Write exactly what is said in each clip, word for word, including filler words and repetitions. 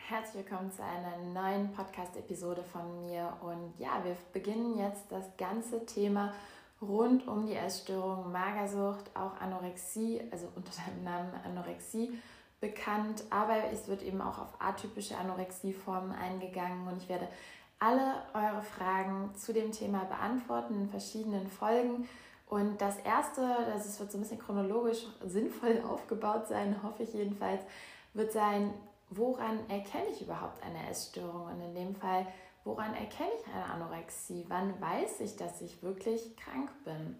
Herzlich willkommen zu einer neuen Podcast-Episode von mir. Und ja, wir beginnen jetzt das ganze Thema rund um die Essstörung, Magersucht, auch Anorexie, also unter dem Namen Anorexie bekannt. Aber es wird eben auch auf atypische Anorexieformen eingegangen und ich werde alle eure Fragen zu dem Thema beantworten in verschiedenen Folgen. Und das erste, das es wird so ein bisschen chronologisch sinnvoll aufgebaut sein, hoffe ich jedenfalls, wird sein, woran erkenne ich überhaupt eine Essstörung? Und in dem Fall, woran erkenne ich eine Anorexie? Wann weiß ich, dass ich wirklich krank bin?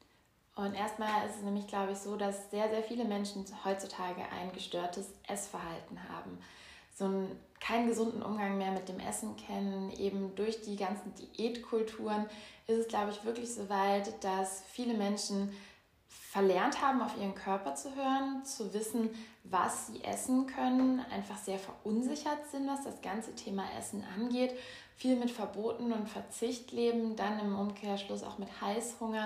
Und erstmal ist es nämlich, glaube ich, so, dass sehr, sehr viele Menschen heutzutage ein gestörtes Essverhalten haben. So einen keinen gesunden Umgang mehr mit dem Essen kennen, eben durch die ganzen Diätkulturen ist es, glaube ich, wirklich so weit, dass viele Menschen verlernt haben, auf ihren Körper zu hören, zu wissen, was sie essen können, einfach sehr verunsichert sind, was das ganze Thema Essen angeht, viel mit Verboten und Verzicht leben, dann im Umkehrschluss auch mit Heißhunger.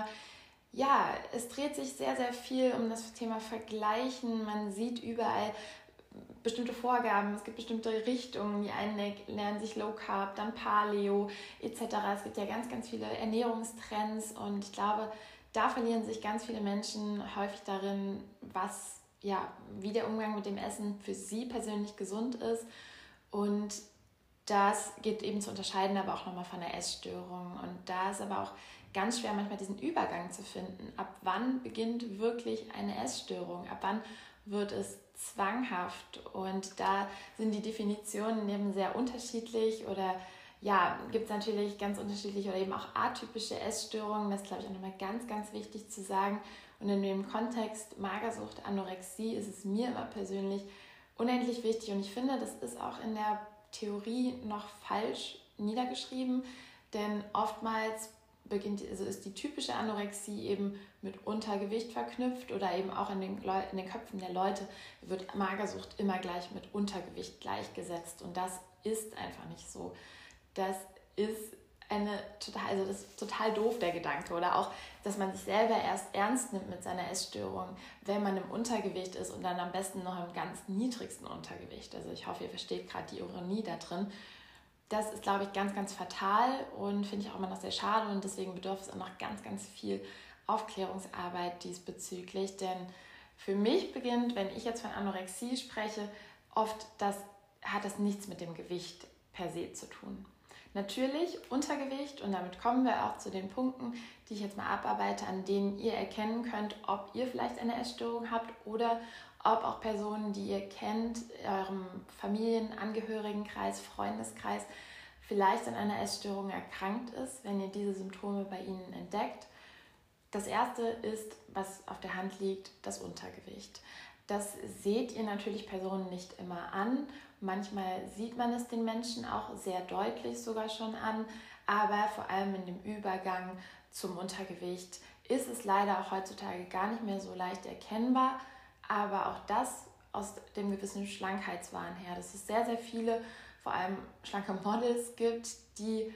Ja, es dreht sich sehr, sehr viel um das Thema Vergleichen. Man sieht überall bestimmte Vorgaben, es gibt bestimmte Richtungen, die einen lernen sich Low Carb, dann Paleo et cetera. Es gibt ja ganz, ganz viele Ernährungstrends und ich glaube, da verlieren sich ganz viele Menschen häufig darin, was, ja, wie der Umgang mit dem Essen für sie persönlich gesund ist. Und das geht eben zu unterscheiden, aber auch nochmal von der Essstörung. Und da ist aber auch ganz schwer, manchmal diesen Übergang zu finden. Ab wann beginnt wirklich eine Essstörung? Ab wann wird es zwanghaft? Und da sind die Definitionen eben sehr unterschiedlich oder ja, gibt es natürlich ganz unterschiedliche oder eben auch atypische Essstörungen. Das ist, glaube ich, auch nochmal ganz, ganz wichtig zu sagen. Und in dem Kontext Magersucht, Anorexie ist es mir immer persönlich unendlich wichtig. Und ich finde, das ist auch in der Theorie noch falsch niedergeschrieben. Denn oftmals beginnt, also ist die typische Anorexie eben mit Untergewicht verknüpft oder eben auch in den, Leu- in den Köpfen der Leute wird Magersucht immer gleich mit Untergewicht gleichgesetzt. Und das ist einfach nicht so. Das ist eine total, also das ist total doof, der Gedanke. Oder auch, dass man sich selber erst ernst nimmt mit seiner Essstörung, wenn man im Untergewicht ist und dann am besten noch im ganz niedrigsten Untergewicht. Also ich hoffe, ihr versteht gerade die Ironie da drin. Das ist, glaube ich, ganz, ganz fatal und finde ich auch immer noch sehr schade. Und deswegen bedarf es auch noch ganz, ganz viel Aufklärungsarbeit diesbezüglich. Denn für mich beginnt, wenn ich jetzt von Anorexie spreche, oft das, hat das nichts mit dem Gewicht per se zu tun. Natürlich Untergewicht, und damit kommen wir auch zu den Punkten, die ich jetzt mal abarbeite, an denen ihr erkennen könnt, ob ihr vielleicht eine Essstörung habt oder ob auch Personen, die ihr kennt, eurem Familienangehörigenkreis, Freundeskreis, vielleicht an einer Essstörung erkrankt ist, wenn ihr diese Symptome bei ihnen entdeckt. Das erste ist, was auf der Hand liegt, das Untergewicht. Das seht ihr natürlich Personen nicht immer an. Manchmal sieht man es den Menschen auch sehr deutlich sogar schon an, aber vor allem in dem Übergang zum Untergewicht ist es leider auch heutzutage gar nicht mehr so leicht erkennbar, aber auch das aus dem gewissen Schlankheitswahn her, dass es sehr, sehr viele, vor allem schlanke Models gibt, die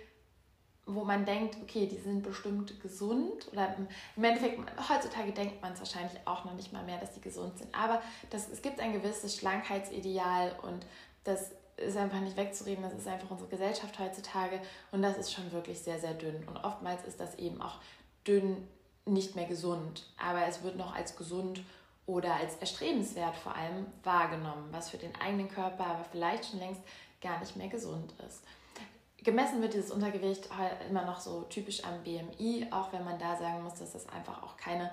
wo man denkt, okay, die sind bestimmt gesund oder im Endeffekt, heutzutage denkt man es wahrscheinlich auch noch nicht mal mehr, dass die gesund sind, aber das, es gibt ein gewisses Schlankheitsideal und das ist einfach nicht wegzureden, das ist einfach unsere Gesellschaft heutzutage und das ist schon wirklich sehr, sehr dünn und oftmals ist das eben auch dünn nicht mehr gesund, aber es wird noch als gesund oder als erstrebenswert vor allem wahrgenommen, was für den eigenen Körper aber vielleicht schon längst gar nicht mehr gesund ist. Gemessen wird dieses Untergewicht immer noch so typisch am B M I, auch wenn man da sagen muss, dass das einfach auch keine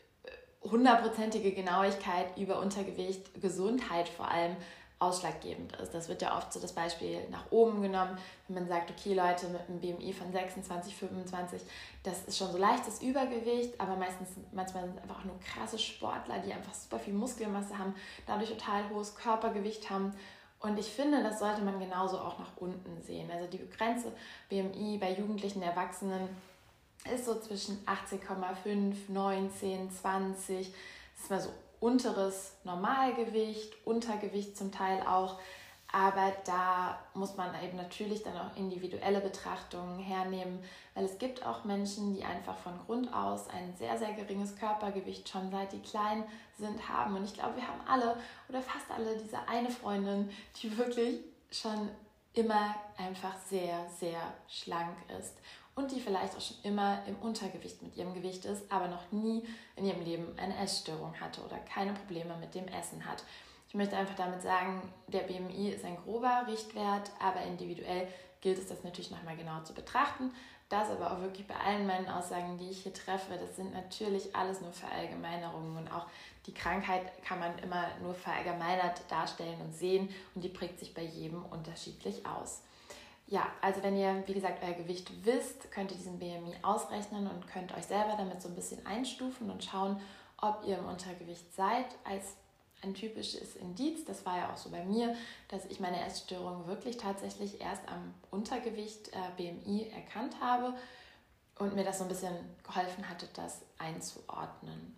hundertprozentige Genauigkeit über Untergewicht, Gesundheit vor allem ausschlaggebend ist. Das wird ja oft so das Beispiel nach oben genommen, wenn man sagt, okay Leute mit einem B M I von sechsundzwanzig, fünfundzwanzig, das ist schon so leichtes Übergewicht, aber meistens, manchmal sind es einfach auch nur krasse Sportler, die einfach super viel Muskelmasse haben, dadurch total hohes Körpergewicht haben. Und ich finde, das sollte man genauso auch nach unten sehen. Also die Grenze B M I bei Jugendlichen, Erwachsenen ist so zwischen achtzehn Komma fünf, neunzehn, zwanzig. Das ist mal so unteres Normalgewicht, Untergewicht zum Teil auch. Aber da muss man eben natürlich dann auch individuelle Betrachtungen hernehmen, weil es gibt auch Menschen, die einfach von Grund aus ein sehr, sehr geringes Körpergewicht schon seit die klein sind haben. Und ich glaube, wir haben alle oder fast alle diese eine Freundin, die wirklich schon immer einfach sehr, sehr schlank ist und die vielleicht auch schon immer im Untergewicht mit ihrem Gewicht ist, aber noch nie in ihrem Leben eine Essstörung hatte oder keine Probleme mit dem Essen hat. Ich möchte einfach damit sagen, der B M I ist ein grober Richtwert, aber individuell gilt es, das natürlich nochmal genau zu betrachten. Das aber auch wirklich bei allen meinen Aussagen, die ich hier treffe, das sind natürlich alles nur Verallgemeinerungen und auch die Krankheit kann man immer nur verallgemeinert darstellen und sehen und die prägt sich bei jedem unterschiedlich aus. Ja, also wenn ihr, wie gesagt, euer Gewicht wisst, könnt ihr diesen B M I ausrechnen und könnt euch selber damit so ein bisschen einstufen und schauen, ob ihr im Untergewicht seid, als ein typisches Indiz. Das war ja auch so bei mir, dass ich meine Essstörung wirklich tatsächlich erst am Untergewicht äh, B M I erkannt habe und mir das so ein bisschen geholfen hatte, das einzuordnen.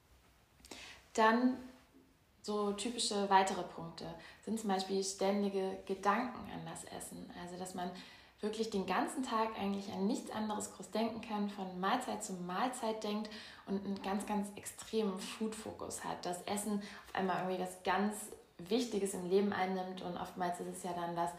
Dann so typische weitere Punkte sind zum Beispiel ständige Gedanken an das Essen. Also dass man wirklich den ganzen Tag eigentlich an nichts anderes groß denken kann, von Mahlzeit zu Mahlzeit denkt und einen ganz, ganz extremen Food-Fokus hat. Das Essen auf einmal irgendwie was ganz Wichtiges im Leben einnimmt und oftmals ist es ja dann das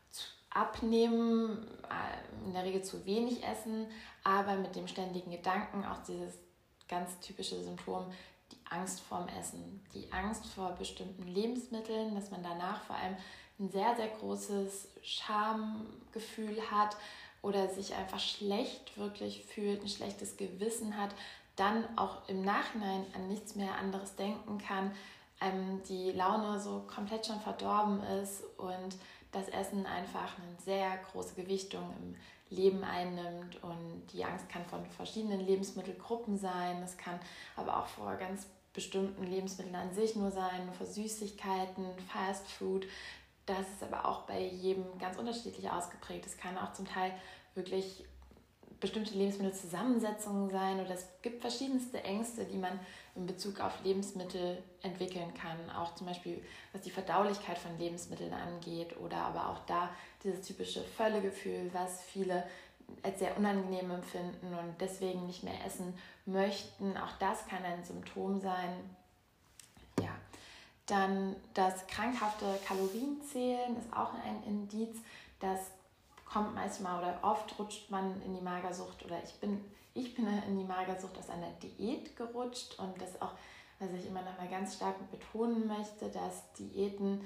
Abnehmen, in der Regel zu wenig essen, aber mit dem ständigen Gedanken auch dieses ganz typische Symptom, die Angst vorm Essen, die Angst vor bestimmten Lebensmitteln, dass man danach vor allem ein sehr, sehr großes Schamgefühl hat oder sich einfach schlecht wirklich fühlt, ein schlechtes Gewissen hat, dann auch im Nachhinein an nichts mehr anderes denken kann, ähm, die Laune so komplett schon verdorben ist und das Essen einfach eine sehr große Gewichtung im Leben einnimmt und die Angst kann von verschiedenen Lebensmittelgruppen sein, es kann aber auch vor ganz bestimmten Lebensmitteln an sich nur sein, nur vor Süßigkeiten, Fast Food. Das ist aber auch bei jedem ganz unterschiedlich ausgeprägt. Es kann auch zum Teil wirklich bestimmte Lebensmittelzusammensetzungen sein oder es gibt verschiedenste Ängste, die man in Bezug auf Lebensmittel entwickeln kann. Auch zum Beispiel, was die Verdaulichkeit von Lebensmitteln angeht oder aber auch da dieses typische Völlegefühl, was viele als sehr unangenehm empfinden und deswegen nicht mehr essen möchten. Auch das kann ein Symptom sein. Ja. Dann das krankhafte Kalorienzählen ist auch ein Indiz, das kommt manchmal oder oft rutscht man in die Magersucht oder ich bin, ich bin in die Magersucht aus einer Diät gerutscht und das auch, was ich immer noch mal ganz stark betonen möchte, dass Diäten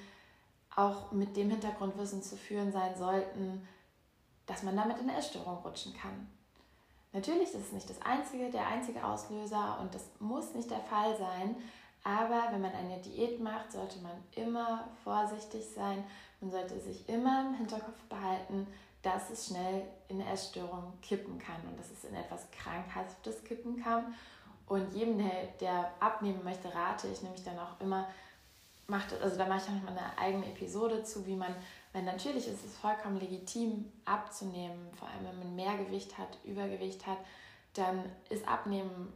auch mit dem Hintergrundwissen zu führen sein sollten, dass man damit in eine Essstörung rutschen kann. Natürlich ist es nicht das einzige, der einzige Auslöser und das muss nicht der Fall sein, aber wenn man eine Diät macht, sollte man immer vorsichtig sein. Man sollte sich immer im Hinterkopf behalten, dass es schnell in eine Essstörung kippen kann und dass es in etwas Krankhaftes kippen kann. Und jedem, der, der abnehmen möchte, rate ich nämlich dann auch immer, macht, also da mache ich auch noch mal eine eigene Episode zu, wie man, weil natürlich ist es vollkommen legitim abzunehmen, vor allem wenn man Mehrgewicht hat, Übergewicht hat, dann ist Abnehmen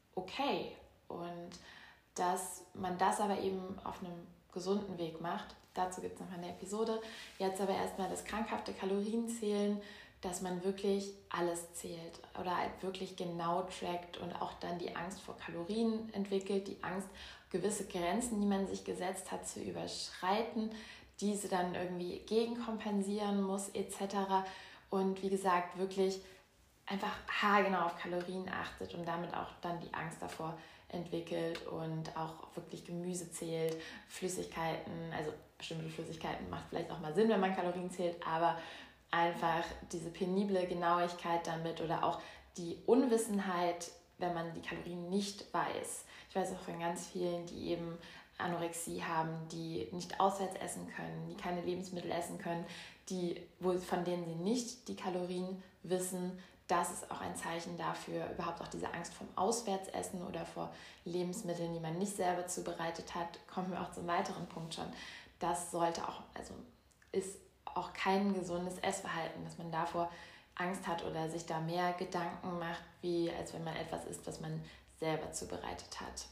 okay und dass man das aber eben auf einem gesunden Weg macht. Dazu gibt es noch eine Episode. Jetzt aber erstmal das krankhafte Kalorienzählen, dass man wirklich alles zählt oder halt wirklich genau trackt und auch dann die Angst vor Kalorien entwickelt, die Angst, gewisse Grenzen, die man sich gesetzt hat, zu überschreiten, diese dann irgendwie gegenkompensieren muss et cetera. Und wie gesagt, wirklich einfach haargenau auf Kalorien achtet und damit auch dann die Angst davor entwickelt und auch wirklich Gemüse zählt, Flüssigkeiten, also bestimmte Flüssigkeiten macht vielleicht auch mal Sinn, wenn man Kalorien zählt, aber einfach diese penible Genauigkeit damit oder auch die Unwissenheit, wenn man die Kalorien nicht weiß. Ich weiß auch von ganz vielen, die eben Anorexie haben, die nicht auswärts essen können, die keine Lebensmittel essen können, die, wo, von denen sie nicht die Kalorien wissen. Das ist auch ein Zeichen dafür, überhaupt auch diese Angst vom Auswärtsessen oder vor Lebensmitteln, die man nicht selber zubereitet hat, kommen wir auch zum weiteren Punkt schon. Das sollte auch, also ist auch kein gesundes Essverhalten, dass man davor Angst hat oder sich da mehr Gedanken macht, wie als wenn man etwas isst, was man selber zubereitet hat.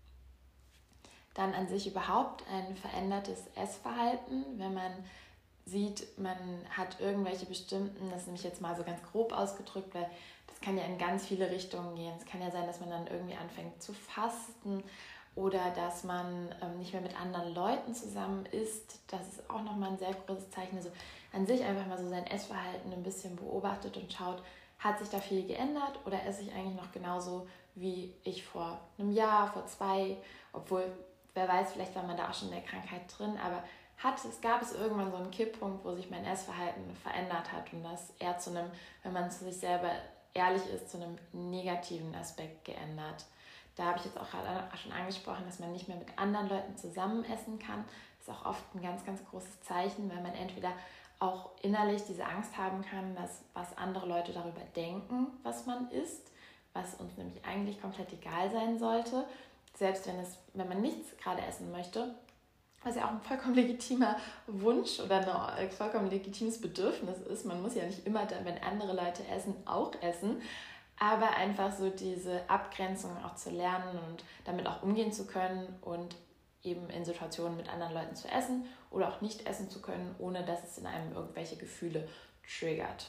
Dann an sich überhaupt ein verändertes Essverhalten, wenn man sieht, man hat irgendwelche bestimmten, das ist nämlich jetzt mal so ganz grob ausgedrückt, weil das kann ja in ganz viele Richtungen gehen. Es kann ja sein, dass man dann irgendwie anfängt zu fasten oder dass man ähm, nicht mehr mit anderen Leuten zusammen isst. Das ist auch nochmal ein sehr großes Zeichen. Also an sich einfach mal so sein Essverhalten ein bisschen beobachtet und schaut, hat sich da viel geändert oder esse ich eigentlich noch genauso wie ich vor einem Jahr, vor zwei, obwohl, wer weiß, vielleicht war man da auch schon in der Krankheit drin, aber hat es, gab es irgendwann so einen Kipppunkt, wo sich mein Essverhalten verändert hat und das eher zu einem, wenn man zu sich selber ehrlich ist, zu einem negativen Aspekt geändert. Da habe ich jetzt auch gerade schon angesprochen, dass man nicht mehr mit anderen Leuten zusammen essen kann. Das ist auch oft ein ganz, ganz großes Zeichen, weil man entweder auch innerlich diese Angst haben kann, dass was andere Leute darüber denken, was man isst, was uns nämlich eigentlich komplett egal sein sollte, selbst wenn, es, wenn man nichts gerade essen möchte, was ja auch ein vollkommen legitimer Wunsch oder ein vollkommen legitimes Bedürfnis ist. Man muss ja nicht immer, wenn andere Leute essen, auch essen, aber einfach so diese Abgrenzung auch zu lernen und damit auch umgehen zu können und eben in Situationen mit anderen Leuten zu essen oder auch nicht essen zu können, ohne dass es in einem irgendwelche Gefühle triggert.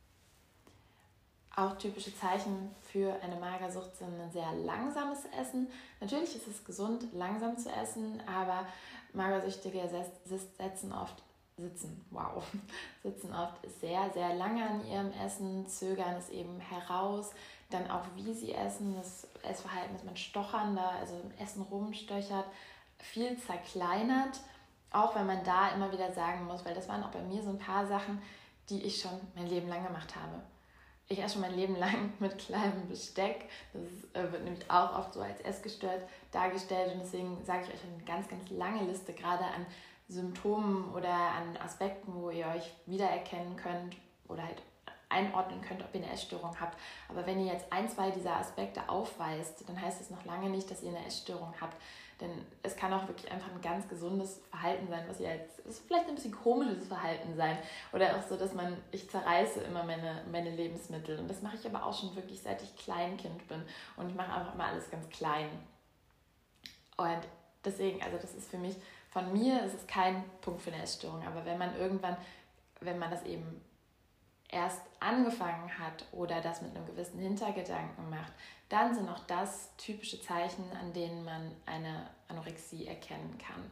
Auch typische Zeichen für eine Magersucht sind ein sehr langsames Essen. Natürlich ist es gesund, langsam zu essen, aber Magersüchtige setzen oft, sitzen, wow, sitzen oft sehr, sehr lange an ihrem Essen, zögern es eben heraus. Dann auch, wie sie essen, das Essverhalten ist man stochernder, also im Essen rumstöchert, viel zerkleinert, auch wenn man da immer wieder sagen muss, weil das waren auch bei mir so ein paar Sachen, die ich schon mein Leben lang gemacht habe. Ich esse schon mein Leben lang mit kleinem Besteck. Das äh, wird nämlich auch oft so als essgestört dargestellt. Und deswegen sage ich euch eine ganz, ganz lange Liste gerade an Symptomen oder an Aspekten, wo ihr euch wiedererkennen könnt oder halt einordnen könnt, ob ihr eine Essstörung habt. Aber wenn ihr jetzt ein, zwei dieser Aspekte aufweist, dann heißt es noch lange nicht, dass ihr eine Essstörung habt. Denn es kann auch wirklich einfach ein ganz gesundes Verhalten sein, was ihr jetzt, es ist vielleicht ein bisschen komisches Verhalten sein. Oder auch so, dass man, ich zerreiße immer meine, meine Lebensmittel. Und das mache ich aber auch schon wirklich, seit ich Kleinkind bin. Und ich mache einfach immer alles ganz klein. Und deswegen, also das ist für mich, von mir ist es kein Punkt für eine Essstörung. Aber wenn man irgendwann, wenn man das eben erst angefangen hat oder das mit einem gewissen Hintergedanken macht, dann sind auch das typische Zeichen, an denen man eine Anorexie erkennen kann.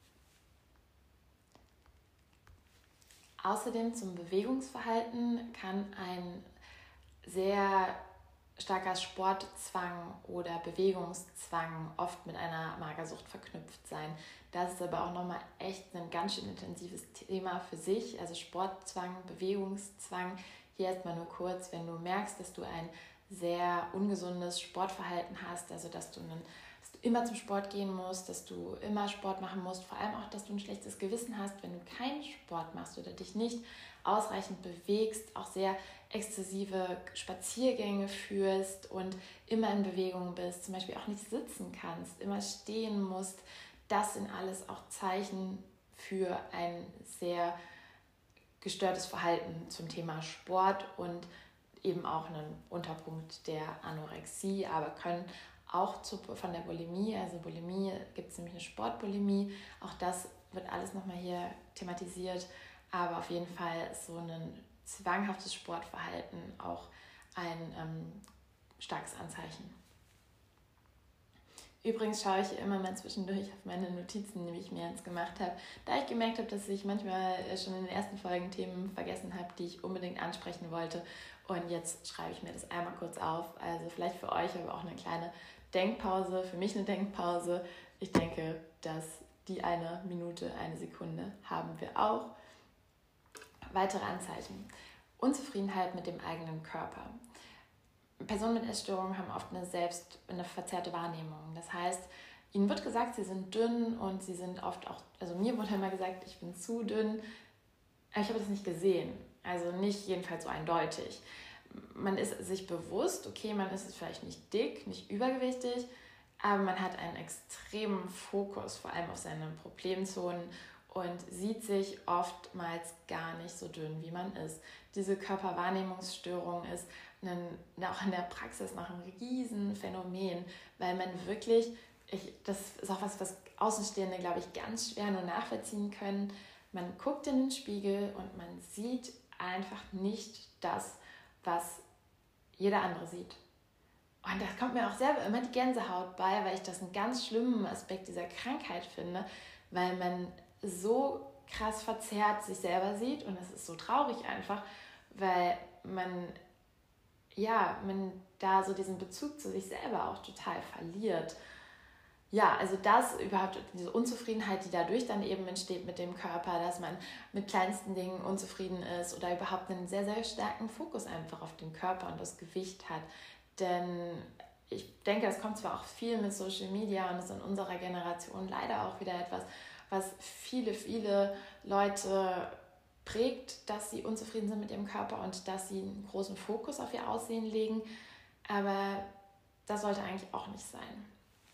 Außerdem zum Bewegungsverhalten kann ein sehr starker Sportzwang oder Bewegungszwang oft mit einer Magersucht verknüpft sein. Das ist aber auch nochmal echt ein ganz schön intensives Thema für sich. Also Sportzwang, Bewegungszwang. Hier erstmal nur kurz, wenn du merkst, dass du ein sehr ungesundes Sportverhalten hast, also dass du, einen, dass du immer zum Sport gehen musst, dass du immer Sport machen musst, vor allem auch, dass du ein schlechtes Gewissen hast, wenn du keinen Sport machst oder dich nicht ausreichend bewegst, auch sehr exzessive Spaziergänge führst und immer in Bewegung bist, zum Beispiel auch nicht sitzen kannst, immer stehen musst. Das sind alles auch Zeichen für ein sehr gestörtes Verhalten zum Thema Sport und eben auch einen Unterpunkt der Anorexie, aber können auch zu, von der Bulimie, also Bulimie gibt es nämlich eine Sportbulimie, auch das wird alles nochmal hier thematisiert, aber auf jeden Fall ist so ein zwanghaftes Sportverhalten auch ein ähm, starkes Anzeichen. Übrigens schaue ich immer mal zwischendurch auf meine Notizen, die ich mir jetzt gemacht habe, da ich gemerkt habe, dass ich manchmal schon in den ersten Folgen Themen vergessen habe, die ich unbedingt ansprechen wollte. Und jetzt schreibe ich mir das einmal kurz auf. Also vielleicht für euch aber auch eine kleine Denkpause, für mich eine Denkpause. Ich denke, dass die eine Minute, eine Sekunde haben wir auch. Weitere Anzeichen. Unzufriedenheit mit dem eigenen Körper. Personen mit Essstörungen haben oft eine selbst eine verzerrte Wahrnehmung. Das heißt, ihnen wird gesagt, sie sind dünn und sie sind oft auch, also mir wurde immer gesagt, ich bin zu dünn, aber ich habe das nicht gesehen. Also nicht jedenfalls so eindeutig. Man ist sich bewusst, okay, man ist vielleicht nicht dick, nicht übergewichtig, aber man hat einen extremen Fokus, vor allem auf seine Problemzonen und sieht sich oftmals gar nicht so dünn, wie man ist. Diese Körperwahrnehmungsstörung ist ein, auch in der Praxis noch ein Riesenphänomen, weil man wirklich, ich, das ist auch was, was Außenstehende, glaube ich, ganz schwer nur nachvollziehen können. Man guckt in den Spiegel und man sieht einfach nicht das, was jeder andere sieht. Und das kommt mir auch selber immer die Gänsehaut bei, weil ich das einen ganz schlimmen Aspekt dieser Krankheit finde, weil man so krass verzerrt sich selber sieht und das ist so traurig einfach, weil man, ja, man da so diesen Bezug zu sich selber auch total verliert. Ja, also das überhaupt, diese Unzufriedenheit, die dadurch dann eben entsteht mit dem Körper, dass man mit kleinsten Dingen unzufrieden ist oder überhaupt einen sehr, sehr starken Fokus einfach auf den Körper und das Gewicht hat. Denn ich denke, das kommt zwar auch viel mit Social Media und ist in unserer Generation leider auch wieder etwas, was viele, viele Leute prägt, dass sie unzufrieden sind mit ihrem Körper und dass sie einen großen Fokus auf ihr Aussehen legen. Aber das sollte eigentlich auch nicht sein.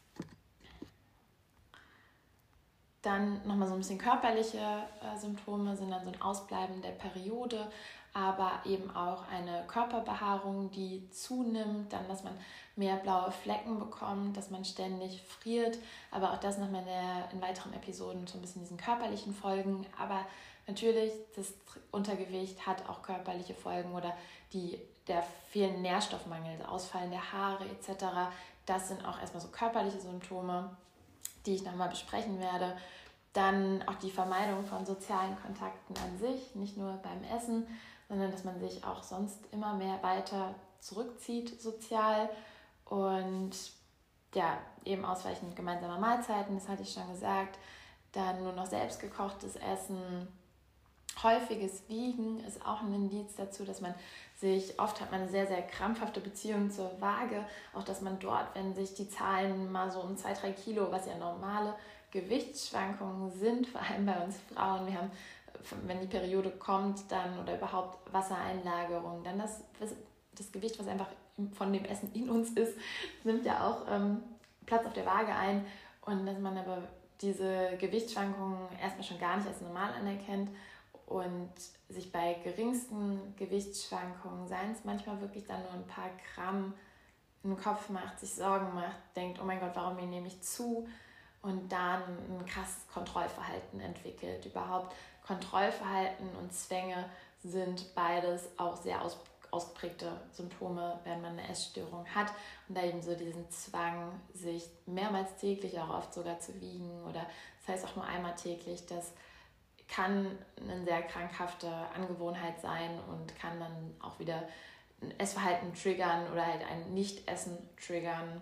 Dann nochmal so ein bisschen körperliche äh, Symptome sind dann so ein Ausbleiben der Periode, aber eben auch eine Körperbehaarung, die zunimmt, dann, dass man mehr blaue Flecken bekommt, dass man ständig friert, aber auch das nochmal in, der, in weiteren Episoden so ein bisschen diesen körperlichen Folgen, aber natürlich, das Untergewicht hat auch körperliche Folgen oder die, der fehlende Nährstoffmangel, das Ausfallen der Haare et cetera, das sind auch erstmal so körperliche Symptome, die ich nochmal besprechen werde. Dann auch die Vermeidung von sozialen Kontakten an sich, nicht nur beim Essen, sondern dass man sich auch sonst immer mehr weiter zurückzieht sozial und ja, eben ausreichend gemeinsame Mahlzeiten, das hatte ich schon gesagt. Dann nur noch selbstgekochtes Essen, häufiges Wiegen ist auch ein Indiz dazu, dass man sich, oft hat man eine sehr, sehr krampfhafte Beziehung zur Waage, auch dass man dort, wenn sich die Zahlen mal so um zwei, drei Kilo, was ja normale Gewichtsschwankungen sind, vor allem bei uns Frauen, wir haben, wenn die Periode kommt, dann oder überhaupt Wassereinlagerung, dann das, das Gewicht, was einfach von dem Essen in uns ist, nimmt ja auch ähm, Platz auf der Waage ein und dass man aber diese Gewichtsschwankungen erstmal schon gar nicht als normal anerkennt und sich bei geringsten Gewichtsschwankungen, seien es manchmal wirklich dann nur ein paar Gramm, im Kopf macht, sich Sorgen macht, denkt, oh mein Gott, warum nehme ich zu? Und dann ein krasses Kontrollverhalten entwickelt. Überhaupt Kontrollverhalten und Zwänge sind beides auch sehr aus, ausgeprägte Symptome, wenn man eine Essstörung hat. Und da eben so diesen Zwang, sich mehrmals täglich, auch oft sogar zu wiegen oder das heißt auch nur einmal täglich, das kann eine sehr krankhafte Angewohnheit sein und kann dann auch wieder ein Essverhalten triggern oder halt ein Nicht-Essen triggern.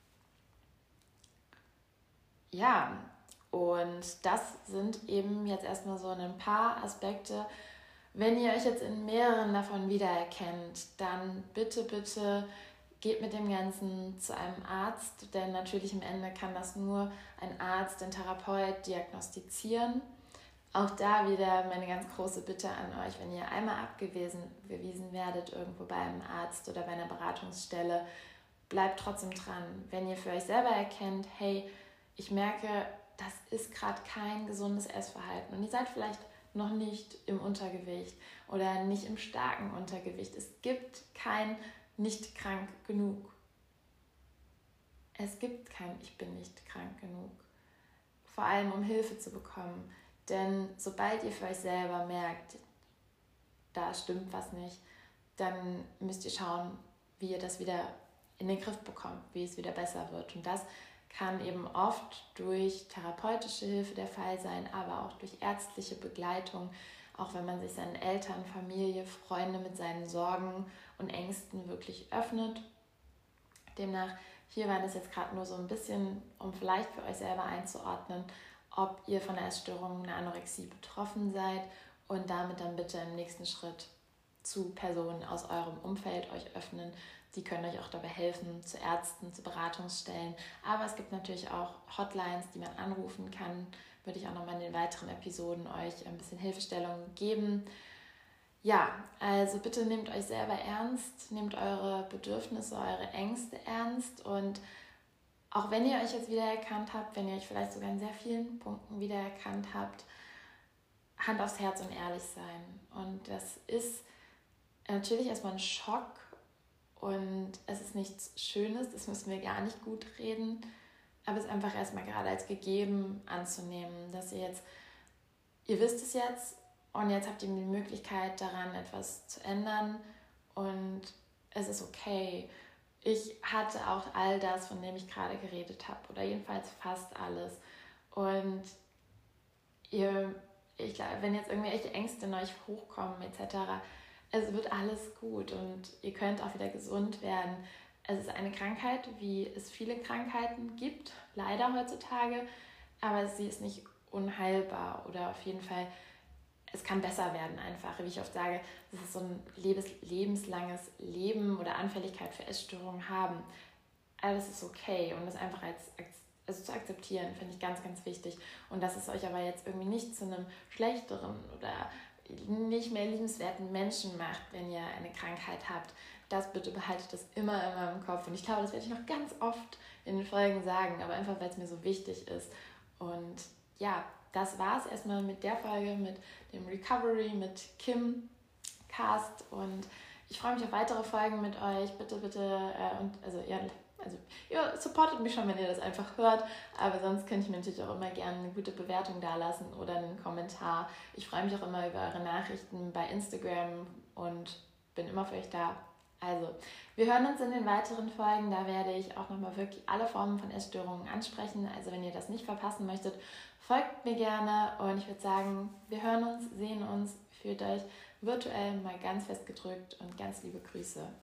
Ja, und das sind eben jetzt erstmal so ein paar Aspekte. Wenn ihr euch jetzt in mehreren davon wiedererkennt, dann bitte, bitte geht mit dem Ganzen zu einem Arzt, denn natürlich am Ende kann das nur ein Arzt, ein Therapeut diagnostizieren. Auch da wieder meine ganz große Bitte an euch, wenn ihr einmal abgewiesen bewiesen werdet irgendwo bei einem Arzt oder bei einer Beratungsstelle, bleibt trotzdem dran. Wenn ihr für euch selber erkennt, hey, ich merke, das ist gerade kein gesundes Essverhalten und ihr seid vielleicht noch nicht im Untergewicht oder nicht im starken Untergewicht. Es gibt kein nicht krank genug. Es gibt kein ich bin nicht krank genug. Vor allem, um Hilfe zu bekommen. Denn sobald ihr für euch selber merkt, da stimmt was nicht, dann müsst ihr schauen, wie ihr das wieder in den Griff bekommt, wie es wieder besser wird. Und das kann eben oft durch therapeutische Hilfe der Fall sein, aber auch durch ärztliche Begleitung, auch wenn man sich seinen Eltern, Familie, Freunde mit seinen Sorgen und Ängsten wirklich öffnet. Demnach, hier war das jetzt gerade nur so ein bisschen, um vielleicht für euch selber einzuordnen, ob ihr von der Essstörung, einer Anorexie betroffen seid und damit dann bitte im nächsten Schritt zu Personen aus eurem Umfeld euch öffnen. Die können euch auch dabei helfen, zu Ärzten, zu Beratungsstellen. Aber es gibt natürlich auch Hotlines, die man anrufen kann. Würde ich auch nochmal in den weiteren Episoden euch ein bisschen Hilfestellung geben. Ja, also bitte nehmt euch selber ernst, nehmt eure Bedürfnisse, eure Ängste ernst und auch wenn ihr euch jetzt wiedererkannt habt, wenn ihr euch vielleicht sogar in sehr vielen Punkten wiedererkannt habt, Hand aufs Herz und ehrlich sein. Und das ist natürlich erstmal ein Schock und es ist nichts Schönes, das müssen wir gar nicht gut reden, aber es ist einfach erstmal gerade als gegeben anzunehmen, dass ihr jetzt, ihr wisst es jetzt und jetzt habt ihr die Möglichkeit daran etwas zu ändern und es ist okay. ich hatte auch all das, von dem ich gerade geredet habe, oder jedenfalls fast alles. Und ihr, ich glaube, wenn jetzt irgendwelche Ängste in euch hochkommen et cetera, es wird alles gut und ihr könnt auch wieder gesund werden. Es ist eine Krankheit, wie es viele Krankheiten gibt, leider heutzutage, aber sie ist nicht unheilbar oder auf jeden Fall, es kann besser werden einfach. Wie ich oft sage, das ist so ein lebens, lebenslanges Leben oder Anfälligkeit für Essstörungen haben. Alles ist okay und das einfach als, also zu akzeptieren, finde ich ganz, ganz wichtig. Und dass es euch aber jetzt irgendwie nicht zu einem schlechteren oder nicht mehr liebenswerten Menschen macht, wenn ihr eine Krankheit habt. Das bitte behaltet das immer, immer im Kopf. Und ich glaube, das werde ich noch ganz oft in den Folgen sagen, aber einfach, weil es mir so wichtig ist. Und ja, das war es erstmal mit der Folge, mit dem Recovery, mit Kim Cast. Und ich freue mich auf weitere Folgen mit euch. Bitte, bitte, äh, und also ja, also ihr supportet mich schon, wenn ihr das einfach hört, aber sonst könnt ihr mir natürlich auch immer gerne eine gute Bewertung dalassen oder einen Kommentar. Ich freue mich auch immer über eure Nachrichten bei Instagram und bin immer für euch da. Also, wir hören uns in den weiteren Folgen, da werde ich auch nochmal wirklich alle Formen von Essstörungen ansprechen, also wenn ihr das nicht verpassen möchtet, folgt mir gerne und ich würde sagen, wir hören uns, sehen uns, fühlt euch virtuell mal ganz fest gedrückt und ganz liebe Grüße.